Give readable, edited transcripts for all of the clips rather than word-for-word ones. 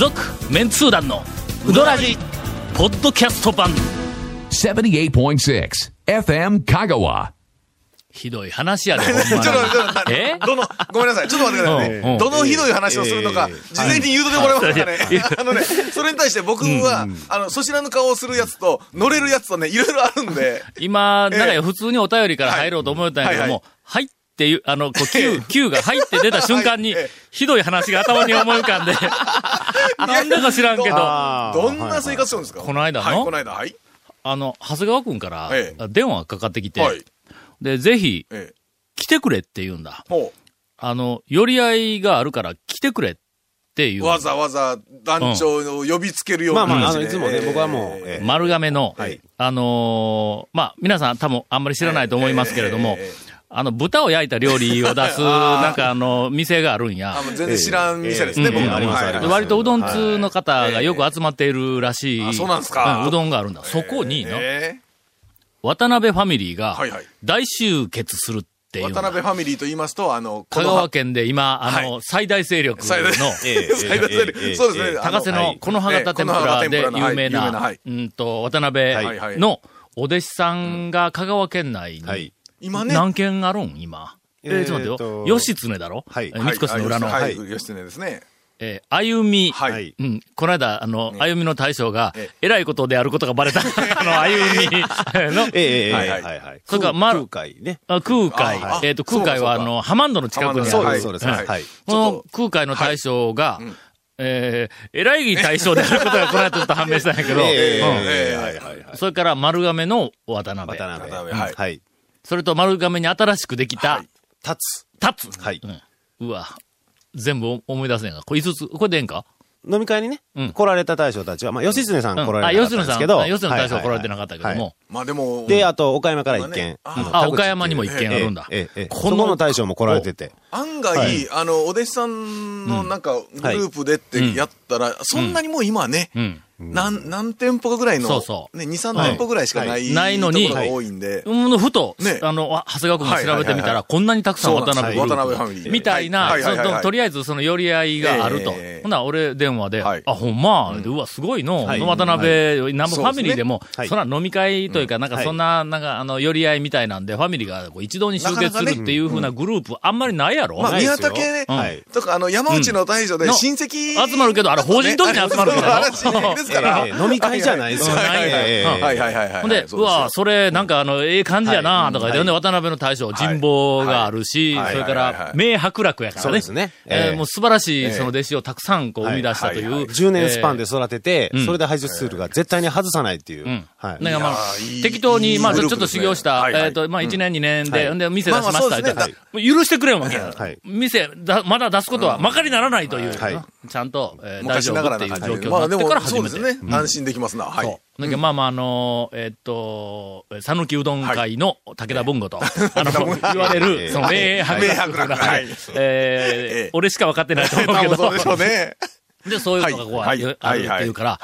続メンツー団のウドラジポッドキャスト版 78.6 FM 香川。 ひどい話やで、ほんまに。 ごめんなさい。ちょっと待ってくださいね。どのひどい話をするのか、事前に言うとでもらえますかね。それに対して僕は、そちらの顔をするやつと、乗れるやつとね、いろいろあるんで。 今、なんか普通にお便りから入ろうと思ったんやけども、はいっていう、Q が入って出た瞬間に、ひどい話が頭に思い浮かんで、なんだか知らんけど。 どんな生活してるんですか？ この間の、 この間、はい。 長谷川くんから電話がかかってきて、 はい。 で、ぜひ、来てくれって言うんだ。寄り合いがあるから来てくれっていう。 わざわざ団長を呼びつけるような感じで。 いつもね、僕はもう、 丸亀の、皆さん多分あんまり知らないと思いますけれども、豚を焼いた料理を出す、なんか店があるんや。 全然知らん店ですね、僕は。 割とうどん通の方がよく集まっているらしい。 そうなんですか。 うどんがあるんだ。そこに、渡辺ファミリーが大集結するっていう。 渡辺ファミリーと言いますと、 香川県で今、最大勢力の、 最大勢力。そうですね。 高瀬のこの葉型天ぷらで有名な、渡辺のお弟子さんが香川県内に、今ね。何軒あるん今。ちょっと待ってよ。義経だろ？三越の裏の。 はい、義経ですね。 歩み。この間、歩みの大将が、偉いことであることがバレた。歩みの。それから、空海ね。空海。空海は、ハマンドの近くにある。 そうです。この空海の大将が、偉い大将であることがこの間ちょっと判明したんやけど、それから丸亀の渡辺。はい。それと丸亀に新しくできた、 タツ。 はい。うわ、全部思い出せんが。これ5つ、これでええんか？ 飲み会にね、来られた大将たちは、義経さん来られなかったんですけど。 義経大将来られてなかったけども。 まあでも。 で、あと、岡山から一軒。 岡山にも一軒あるんだ。 この大将も来られてて。 案外、お弟子さんのなんか、グループでってやったら、そんなにもう今ね、何店舗かぐらいの、ね、2、3店舗ぐらいしかないのに、 ところが多いんで。 ふと、長谷川君が調べてみたら、こんなにたくさん渡辺グループみたいな、とりあえずその寄り合いがあると。ほな、俺電話で、ほんま、うわ、すごいの、渡辺、なんもファミリーでも、そんな飲み会というか、なんかそんな、なんか寄り合いみたいなんで、ファミリーが一堂に集結するっていう風なグループ、あんまりないやろ？ まあ、宮武ね、とか、山内の大将で親戚。 集まるけど、あれ、法人の時に集まるけど。 ですから。飲み会じゃないですよ。 ほんで、うわ、それ、なんかええ感じやな、とかで、渡辺の大将、人望があるし、それから、名伯楽やからね。そうですね。もう素晴らしい、その弟子をたくさんこう生み出したという。 10年スパンで育てて、それで排出するが絶対に外さないっていう。 なんかまあ、適当に、まあ、ちょっと修行した、まあ、1年2年で、店出しましたって許してくれんわけや。店、まだ出すことは、まかりならないという。ちゃんと、大丈夫っていう状況になってから始めて。 そうですね。安心できますな。はい。 だけど、まあまあ、讃岐うどん会の武田文吾と、言われる、その名伯楽。俺しか分かってないと思うけど。 そうでしょうね。 で、そういうのがこうあるっていうから、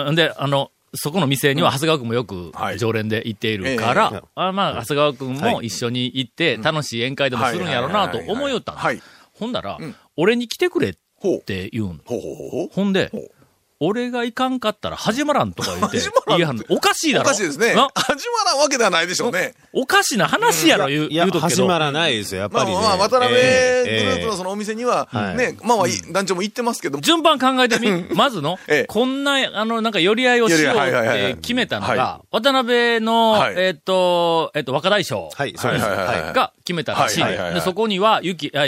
で、そこの店には長谷川くんもよく常連で行っているから、まあ、長谷川くんも一緒に行って楽しい宴会でもするんやろうなと思いよったんだ。ほんだら、俺に来てくれって言うん。ほんで、俺が行かんかったら始まらんとか言って、おかしいだろ。 おかしいですね。始まらんわけではないでしょうね。 おかしな話やろ、言うとくけど。 始まらないですよ、やっぱり。 まあ、渡辺グループのそのお店には、ね、まあ、団長も行ってますけど。 順番考えてみ、まずの、こんな、なんか寄り合いをしようって決めたのが、渡辺の、若大将が決めたらしい。で、そこには、雪でない、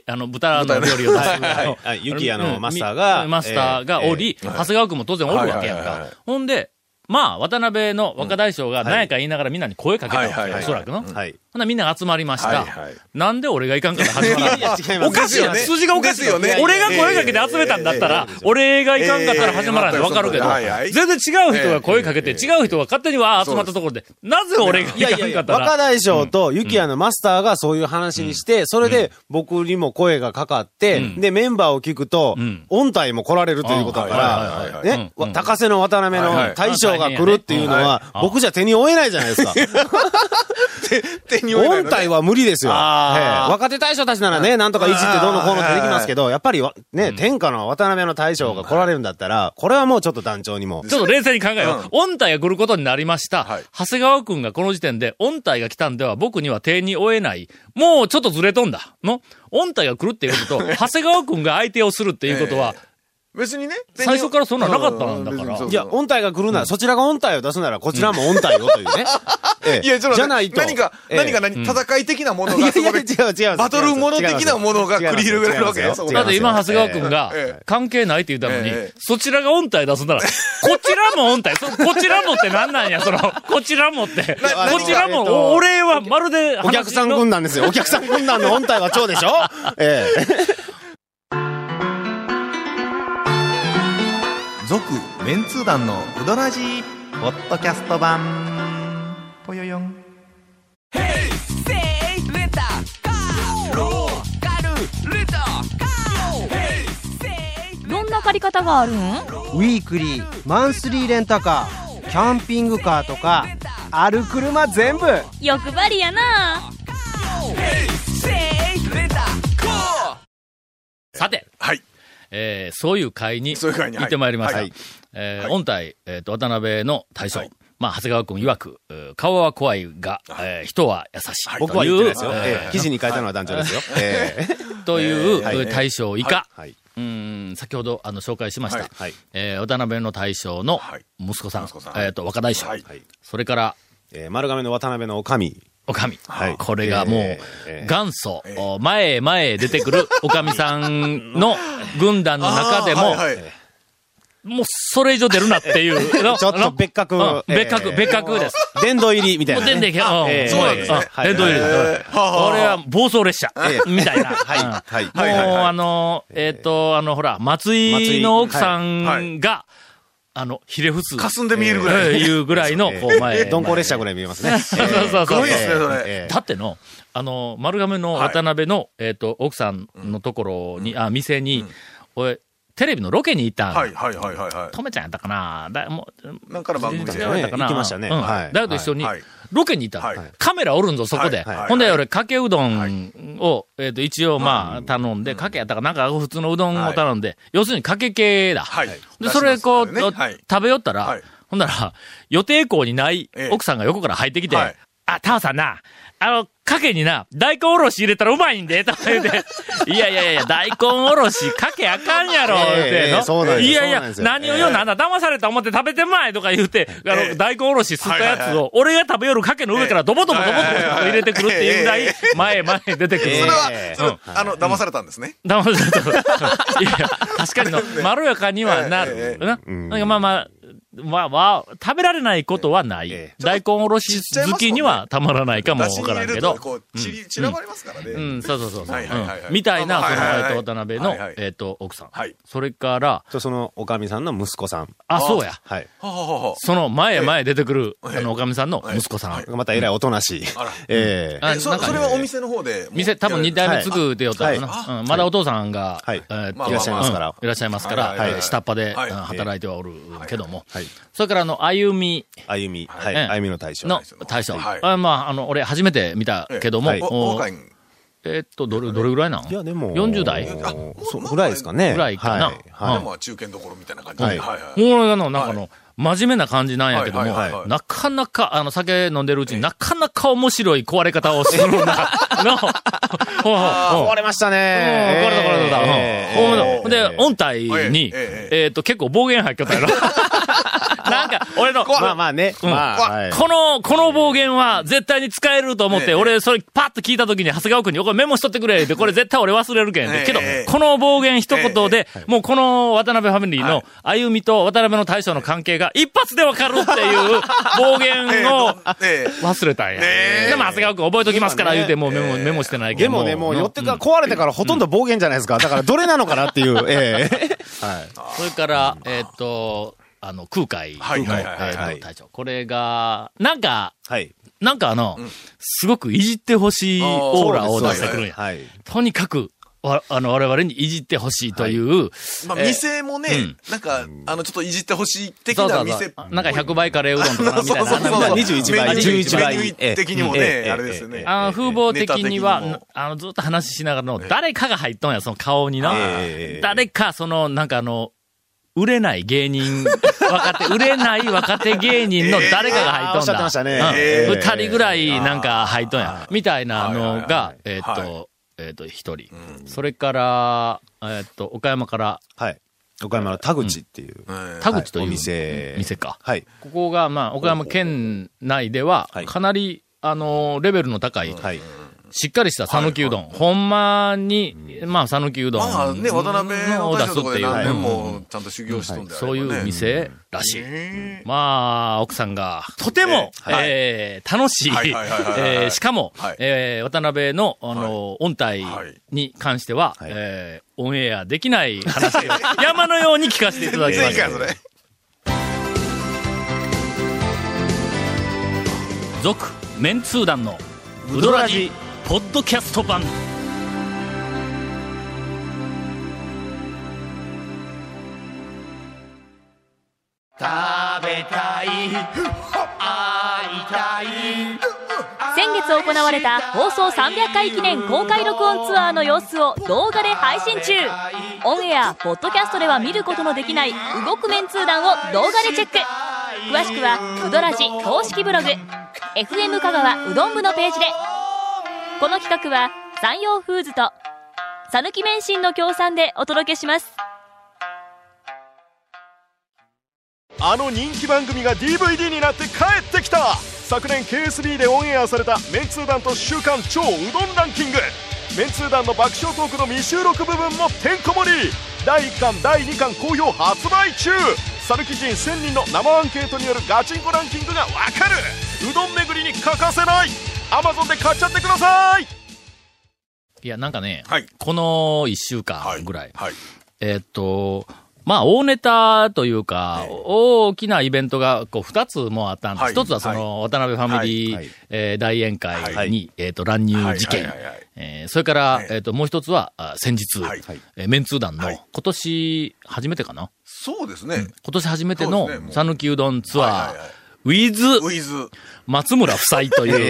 豚の料理を出す。 雪屋のマスターがおり、長谷川くんも当然おるわけやんか。ほんで、まあ、渡辺の若大将が何やか言いながらみんなに声かけたわけ、おそらくの。ほなみんなが集まりました。なんで俺が行かんから始まらんの？おかしいやん。数字がおかしいよね。俺が声かけて集めたんだったら、俺が行かんかったら始まらんってわかるけど、全然違う人が声かけて、違う人が勝手に集まったところで、なぜ俺が行かんかったら。 若大将と雪屋のマスターがそういう話にして、それで僕にも声がかかって、で、メンバーを聞くと、音体も来られるということだから、ね、高瀬の渡辺の大将が来るっていうのは、僕じゃ手に負えないじゃないですか。 手に負えないのね。 音体は無理ですよ。若手大将たちならね、なんとかいじってどうのこうのってできますけど、やっぱりね、天下の渡辺の大将が来られるんだったら、これはもうちょっと団長にも。 ちょっと冷静に考えよう。音体が来ることになりました。長谷川くんがこの時点で音体が来たんでは僕には手に負えない。もうちょっとずれとんだ。の音体が来るっていうことと、長谷川くんが相手をするっていうことは、 別にね。 最初からそんななかったんだから。 いや、音体が来るなら、そちらが音体を出すなら、こちらも音体をというね。 いや、じゃないと。 何か、戦い的なものが、 違う。 バトルもの的なものが繰り広げられるわけよ。 だって今、長谷川くんが、関係ないって言ったのに、そちらが音体出すなら、こちらも音体、こちらもって何なんや、こちらもって。こちらも、俺はまるで、 お客さん軍団ですよ。お客さん軍団の音体は蝶でしょ続メンツー団のうどらじポッドキャスト版ぽよよん。 どんな借り方があるん？ ウィークリー、マンスリーレンタカー、キャンピングカーとかある車全部。 欲張りやな。 さて、 はい。 そういう会に行ってまいりました。音体、渡辺の大将。まあ、長谷川君曰く、顔は怖いが、人は優しい。 僕は言ってないですよ。記事に書いたのは団長ですよ。 という大将以下。先ほど、紹介しました。渡辺の大将の息子さん。若大将。それから、 丸亀の渡辺のおかみ。 これがもう、元祖、前へ出てくるおかみさんの軍団の中でも、もうそれ以上出るなっていう。 ちょっと別格。 別格です。 殿堂入りみたいな。 そうなんですね。 殿堂入り。これは暴走列車。みたいな。もう、ほら、松井の奥さんが、ひれ伏す。 霞んで見えるぐらい。 いうぐらいの、こう前。 鈍行列車ぐらい見えますね。 すごいですね、それ。 だっての、丸亀の渡辺の、奥さんのところに、店に、俺、テレビのロケに行ったん。とめちゃんやったかななんかの番組で行きましたね。 だけど一緒に、ロケに行った。カメラおるんぞ、そこで。ほんで、俺、かけうどんを、一応、まあ、頼んで、かけやったかなんか普通のうどんを頼んで、要するにかけ系だ。で、それ、こう、食べよったら、ほんなら、予定校にない奥さんが横から入ってきて、タオさんな、かけにな、大根おろし入れたらうまいんで、とか言うて、いや、大根おろしかけあかんやろ、っての。いや、何を言うの、あんな騙された思って食べてまいとか言うて、大根おろし吸ったやつを、俺が食べよるかけの上からドボドボ入れてくるっていうぐらい、前へ出てくる。 それは、騙されたんですね。 騙された。いや、確かにの、まろやかにはなる。まあ、食べられないことはない。大根おろし好きにはたまらないかもわからんけど。 散らばりますからね。 そう。みたいな、渡辺の、奥さん。それから、 その、おかみさんの息子さん。 そうや。その前出てくる、おかみさんの息子さん。 またえらいおとなしい。 それはお店の方で。 店、多分2代目継ぐってよったらな。まだお父さんが、 いらっしゃいますから。 いらっしゃいますから、下っ端で働いてはおるけども。それから歩みの大将。 大将。まあ、俺初めて見たけども。 若い。 どれぐらいなん？ いや、でも。 40代ぐらいですかね。 ぐらいかな。 でも中堅どころみたいな感じ。 もうなんか真面目な感じなんやけども、なかなか、酒飲んでるうちになかなか面白い壊れ方をするんだ。 壊れましたね。 壊れた。で、音体に、結構暴言入っちゃったやろ。なんか、俺の、 まあね。 この暴言は絶対に使えると思って、俺、それパッと聞いた時に、長谷川君に、これメモしとってくれって、これ絶対俺忘れるけん。けど、この暴言一言で、もうこの渡辺ファミリーの歩みと渡辺の大将の関係が一発でわかるっていう暴言を忘れたんや。でも長谷川君覚えときますから言うて、もうメモしてないけど。 でもね、もう寄ってから壊れてからほとんど暴言じゃないですか。だからどれなのかなっていう。 それから、空海の隊長。これが、なんかすごくいじってほしいオーラを出してくるんや。とにかく、 我々にいじってほしいという。 まあ、店もね、なんか、ちょっといじってほしい的な店。 なんか100倍カレーうどんとかみたいな。 21倍、11倍。 メニュー的にもね、あれですよね。 風貌的には、ずっと話しながらの、誰かが入っとんや、その顔にな。誰か、なんか売れない芸人、売れない若手芸人の誰かが入っとんだ。 おっしゃってましたね。 2人ぐらいなんか入っとんや。みたいなのが、一人。それから、岡山から、 はい。岡山の田口っていう。 田口という店か。 はい。 ここが、まあ、岡山県内では、かなり、レベルの高い、しっかりした讃岐うどん。ほんまに、まあ、讃岐うどん。 まあね、渡辺の大将とかで何年もちゃんと修行しとんだよね。 そういう店らしい。まあ、奥さんが、とても、楽しい。しかも、渡辺の、音体に関しては、オンエアできない話を山のように聞かせていただきました。続、メンツー団の、ウドラジ、ポッドキャスト版。 先月行われた放送300回記念公開録音ツアーの様子を動画で配信中。オンエア、ポッドキャストでは見ることのできない動くメンツー団を動画でチェック。詳しくはウドラジ公式ブログ FM 香川うどん部のページで。この企画は山陽フーズと讃岐麺心の協賛でお届けします。 あの人気番組が DVD になって帰ってきた。昨年 KSB でオンエアされたメンツー団と週刊超うどんランキング。メンツー団の爆笑トークの未収録部分もてんこ盛り。第1巻第2巻好評発売中。讃岐人1000人の生アンケートによるガチンコランキングがわかる。うどん巡りに欠かせない。 Amazon で買っちゃってください。 いや、なんかね、この1週間ぐらい、まあ、大ネタというか、大きなイベントが、2つもあったんです。1つは渡辺ファミリー、大宴会に、乱入事件。それから、もう1つは、先日、メンツー団の、今年初めてかな？ そうですね。 今年初めての、讃岐うどんツアー、ウィズ、松村夫妻という、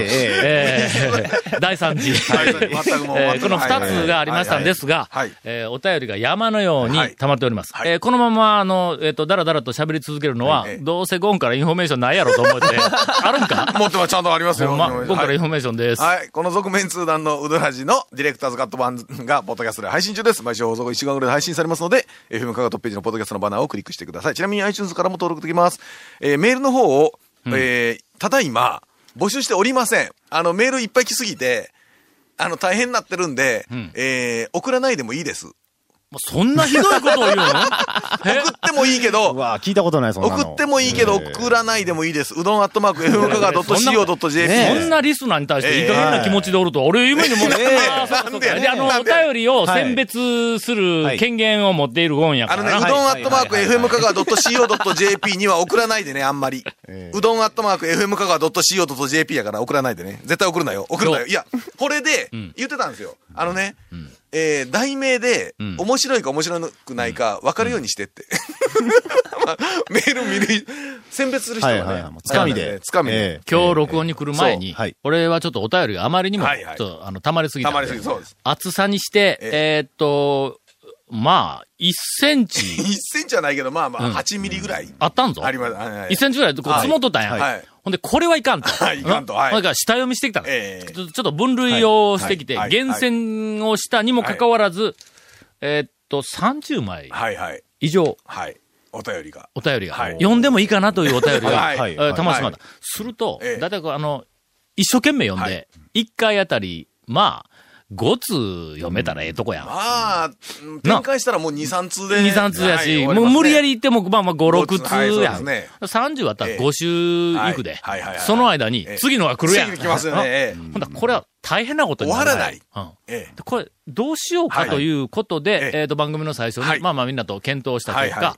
第3次、この2つがありましたんですが、お便りが山のように溜まっております。このまま、だらだらと喋り続けるのは、どうせゴンからインフォメーションないやろと思って、あるんか？ もっとちゃんとありますよ。 ゴンからインフォメーションです。 はい。この続面通談のうどらじのディレクターズカット版が、ポッドキャストで配信中です。毎週放送後1時間ぐらいで配信されますので、FM 香川トップページのポッドキャストのバナーをクリックしてください。ちなみに iTunes からも登録できます。メールの方を、ただいま、募集しておりません。メールいっぱい来すぎて、大変になってるんで、送らないでもいいです。 そんなひどいことを言うの？ 送ってもいいけど、 聞いたことない、そんなの。 送ってもいいけど、送らないでもいいです。うどん@fm香川.co.jp。 そんなリスナーに対していい加減な気持ちでおると、俺夢にも、お便りを選別する権限を持っているゴンやからな。 うどん@fm香川.co.jp には送らないでね、あんまり。うどん@fm香川.co.jp やから送らないでね。絶対送るなよ。送るなよ。いや、これで、言ってたんですよ。題名で、面白いか面白くないか分かるようにしてって。メール見る、選別する人はね、 つかみで。 今日録音に来る前に、俺はちょっとお便りがあまりにも、溜まりすぎた。厚さにして、まあ、1センチ。 1センチはないけど、まあまあ、8ミリぐらい。 あったんぞ。 あります。 1センチぐらい積もっとったんや。ほんで、これはいかんと。 いかんと。だから下読みしてきたの。ちょっと分類をしてきて、厳選をしたにもかかわらず、30枚以上。 お便りが。 読んでもいいかなというお便りが、たましまった。すると、だいたい一生懸命読んで、1回あたり、まあ、5通読めたらええとこやん。 まあ、展開したらもう2、3通で。 2、3通やし、もう無理やり言っても、まあまあ5、6通やん。30あったら5週いくで。その間に、次のが来るやん。 次来ますよね。 ほんだこれは大変なことになる。 終わらない。 これ、どうしようかということで、番組の最初に、まあまあみんなと検討した結果、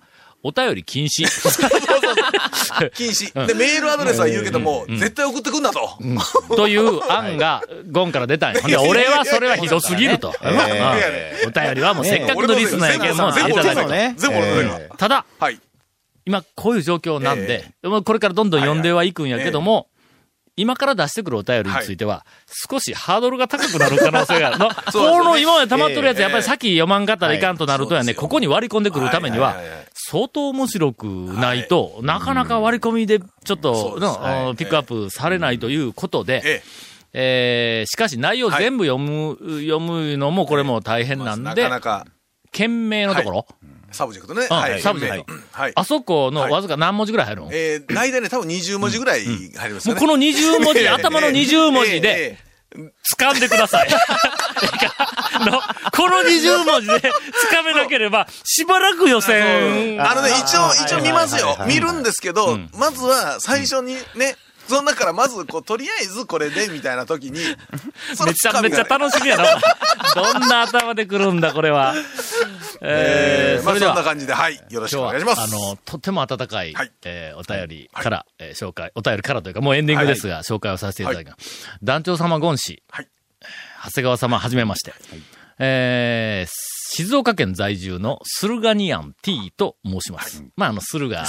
お便り禁止。 禁止。で、メールアドレスは言うけども、絶対送ってくんなと。 という案が、ゴンから出たんや。で、俺はそれはひどすぎると。お便りはもうせっかくのリスナーやけん、もういただいて。 全部俺のただ、 はい。 今こういう状況なんで、これからどんどん読んではいくんやけども、今から出してくるお便りについては、少しハードルが高くなる可能性があるの。この今まで溜まってるやつ、やっぱり先読まんかったらいかんとなるとやね、ここに割り込んでくるためには、相当面白くないと、なかなか割り込みでちょっと、ピックアップされないということで、しかし内容全部読むのもこれも大変なんで、件名のところ、 サブジェクトね。 はい。サブジェクト。はい。あそこのわずか何文字ぐらい入るの？ 大体ね、多分20文字ぐらい入りますね。 もうこの20文字、頭の20文字で、掴んでください。この20文字で掴めなければ、しばらく予選。 一応見ますよ。見るんですけど、まずは最初にね、その中からまず、とりあえずこれで、みたいな時に、 めちゃめちゃ楽しみやな。どんな頭で来るんだ、これは。 そんな感じで、はい。よろしくお願いします。 とても温かい、お便りから、紹介、お便りからというか、もうエンディングですが、紹介をさせていただきます。団長様ゴン氏、長谷川様はじめまして。静岡県在住のスルガニアン T と申します。まあ、スルガ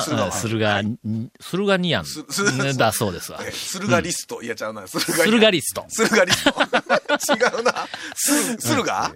ニアンだそうですわ。 スルガリスト。いや、ちゃうな。 スルガリスト。 違うな。スルガ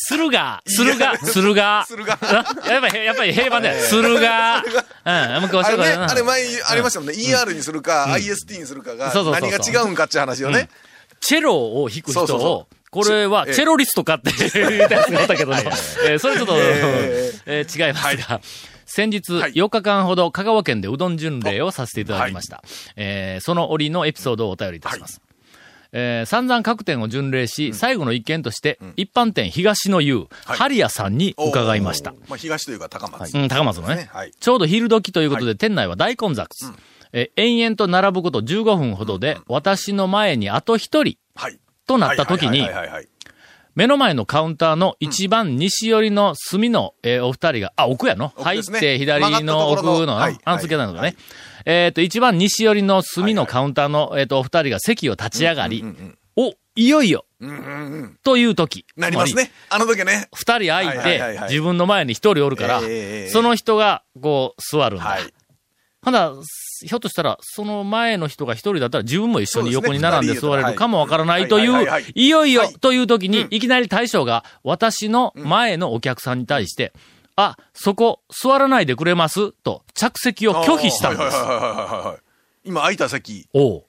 やっぱり平板だよ。スルガあれ前ありましたもんね。ER にするか、IST にするかが何が違うんかっていう話よね。 チェロを弾く人を、これは、チェロリストかって言ったやつがあったけどね。それちょっと、違いますが、先日、8日間ほど香川県でうどん巡礼をさせていただきました。その折のエピソードをお便りいたします。散々各店を巡礼し、最後の一軒として、一般店東の湯、ハリヤさんに伺いました。 東というか高松。 高松のね。ちょうど昼時ということで、店内は大混雑。延々と並ぶこと15分ほどで、私の前にあと一人、となった時に、目の前のカウンターの一番西寄りの隅の、お二人が、奥やの入って左の奥の、付けなのかね。一番西寄りの隅のカウンターの、お二人が席を立ち上がり、いよいよ、という時。 なりますね。あの時ね。 二人空いて、自分の前に一人おるから、その人が、こう、座るんだ。ただ、ひょっとしたら、その前の人が一人だったら自分も一緒に横に並んで座れるかもわからないという、いよいよという時に、いきなり大将が私の前のお客さんに対して、そこ座らないでくれますと着席を拒否したんです。 今空いた席。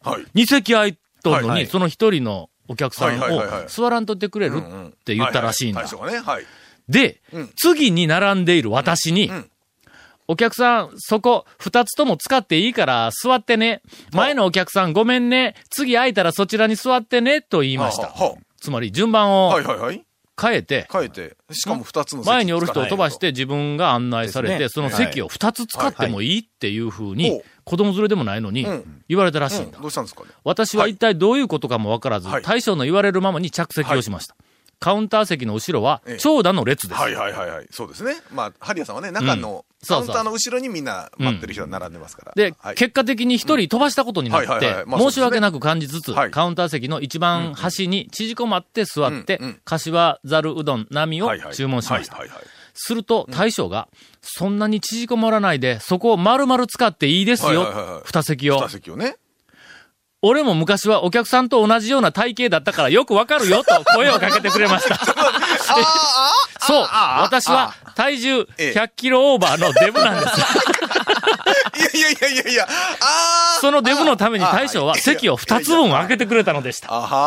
2席空いとるのに、その一人のお客さんを座らんとってくれるって言ったらしいんだ。で、次に並んでいる私に、お客さん、そこ、二つとも使っていいから座ってね。前のお客さんごめんね。次空いたらそちらに座ってね。と言いました。つまり順番を変えて、 しかも二つの席。 前におる人を飛ばして自分が案内されて、その席を二つ使ってもいいっていう風に、子供連れでもないのに言われたらしいんだ。 どうしたんですかね。 私は一体どういうことかもわからず、大将の言われるままに着席をしました。カウンター席の後ろは長蛇の列です。 そうですね。まあ、ハリヤさんはね、中のカウンターの後ろにみんな待ってる人が並んでますから。 で、結果的に一人飛ばしたことになって、申し訳なく感じつつ、カウンター席の一番端に縮こまって座って、柏ざるうどん並みを注文しました。すると、大将が、そんなに縮こまらないで、そこを丸々使っていいですよ。二席を。 二席をね。 俺も昔はお客さんと同じような体型だったからよくわかるよと声をかけてくれました。そう、私は体重100キロオーバーのデブなんです。 いや、 そのデブのために大将は席を2つ分開けてくれたのでした。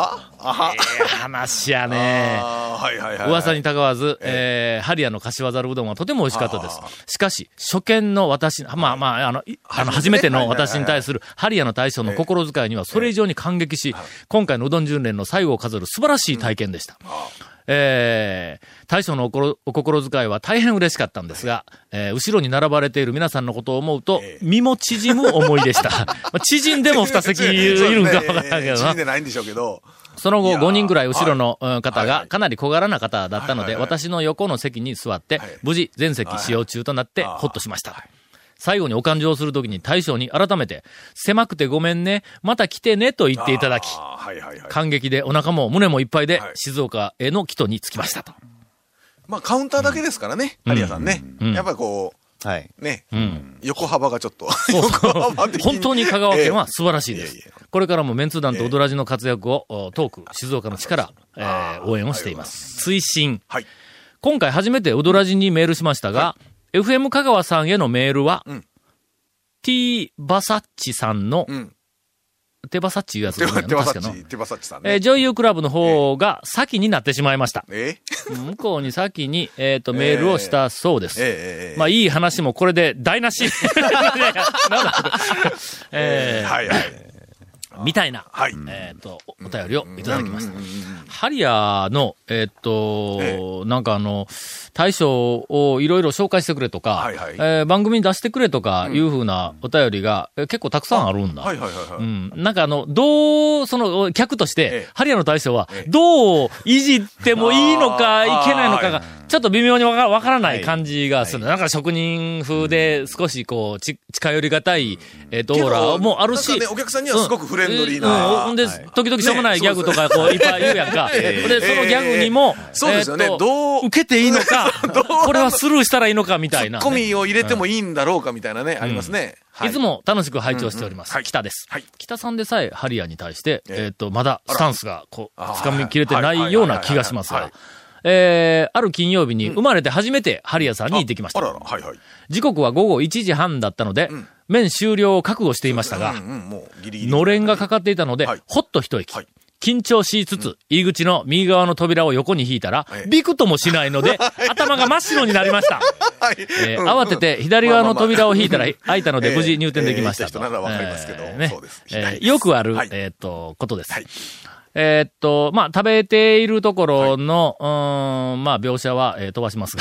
話やね。噂にたがわず、ハリヤの柏ざるうどんはとても美味しかったです。しかし、初見の私、初めての私に対するハリヤの大将の心遣いにはそれ以上に感激し、今回のうどん巡礼の最後を飾る素晴らしい体験でした。 大将のお心遣いは大変嬉しかったんですが、後ろに並ばれている皆さんのことを思うと、身も縮む思いでした。縮んでも二席いるんかわからんけどな。 縮んでないんでしょうけど。 その後、5人ぐらい後ろの方がかなり小柄な方だったので、私の横の席に座って、無事全席使用中となって、ほっとしました。最後にお勘定するときに大将に改めて、狭くてごめんね、また来てねと言っていただき、感激でお腹も胸もいっぱいで、静岡への帰途に着きましたと。 まあ、カウンターだけですからね、ハリアさんね。やっぱりこう、ね、横幅がちょっと。 本当に香川県は素晴らしいです。これからもメンツー団とオドラジの活躍を、トーク、静岡の力、応援をしています。推進。今回初めてオドラジにメールしましたが、FM 香川さんへのメールは、T バサッチさんの、手羽サッチいうやつですね。 手羽サッチさんね。 ジョイユークラブの方が先になってしまいました。向こうに先に、メールをしたそうです。まあ、いい話もこれで台無し。みたいな、お便りをいただきました。ハリアの、なんか大将をいろいろ紹介してくれとか、番組に出してくれとかいうふうなお便りが結構たくさんあるんだ。なんかその客として、ハリアの大将はどういじってもいいのかいけないのかが、ちょっと微妙にわからない感じがする。なんか職人風で少しこう、近寄りがたい、オーラもあるし。 お客さんにはすごくフレンドリーな。 ほんで、時々しょうもないギャグとかこう、いっぱい言うやんか。で、そのギャグにも、受けていいのか、これはスルーしたらいいのかみたいな。 ツッコミを入れてもいいんだろうかみたいなね、ありますね。 いつも楽しく拝聴しております。北です。北さんでさえハリアに対して、まだスタンスがこう、掴みきれてないような気がしますが。ある金曜日に生まれて初めてハリアさんに行ってきました。時刻は午後1時半だったので、麺終了を覚悟していましたが、のれんがかかっていたので、ほっと一息。緊張しつつ、入り口の右側の扉を横に引いたら、ビクともしないので、頭が真っ白になりました。慌てて左側の扉を引いたら開いたので無事入店できましたと。よくある、ことです。まあ、食べているところの、まあ、描写は、飛ばします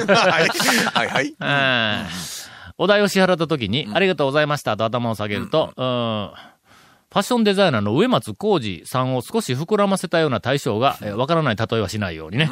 が。お題を支払った時に、ありがとうございましたと頭を下げると、ファッションデザイナーの植松浩二さんを少し膨らませたような大将が、わからない例えはしないようにね。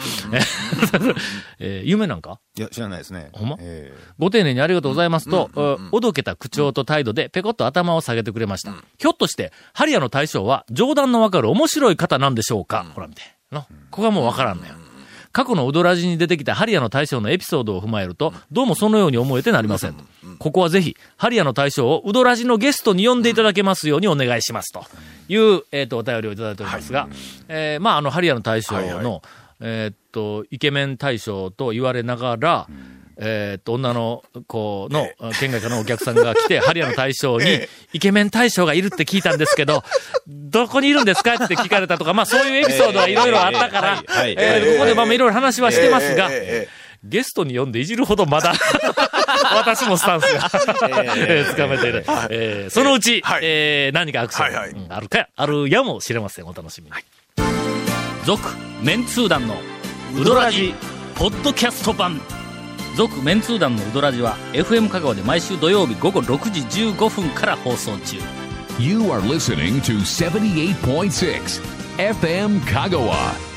夢なんか？ いや、知らないですね。 ほんま？ご丁寧にありがとうございますと、おどけた口調と態度でペコッと頭を下げてくれました。ひょっとして、ハリアの大将は冗談のわかる面白い方なんでしょうか？ほら見て。ここがもうわからんのよ。過去のウドラジに出てきたハリアの大将のエピソードを踏まえると、どうもそのように思えてなりません。ここはぜひ、ハリアの大将をウドラジのゲストに呼んでいただけますようにお願いします。という、お便りをいただいておりますが、まあ、ハリアの大将の、イケメン大将と言われながら、女の子の県外からのお客さんが来て、ハリアの大将に、イケメン大将がいるって聞いたんですけど、どこにいるんですかって聞かれたとか、まあそういうエピソードはいろいろあったから、ここでまあいろいろ話はしてますが、ゲストに呼んでいじるほどまだ、私もスタンスがつかめている。そのうち、何かアクション、あるやもしれません。お楽しみに。続、メンツー団のウドラジ、ポッドキャスト版。続メンツー団のウドラジは FM 香川で毎週土曜日午後6時15分から放送中。 You are listening to 78.6 FM 香川。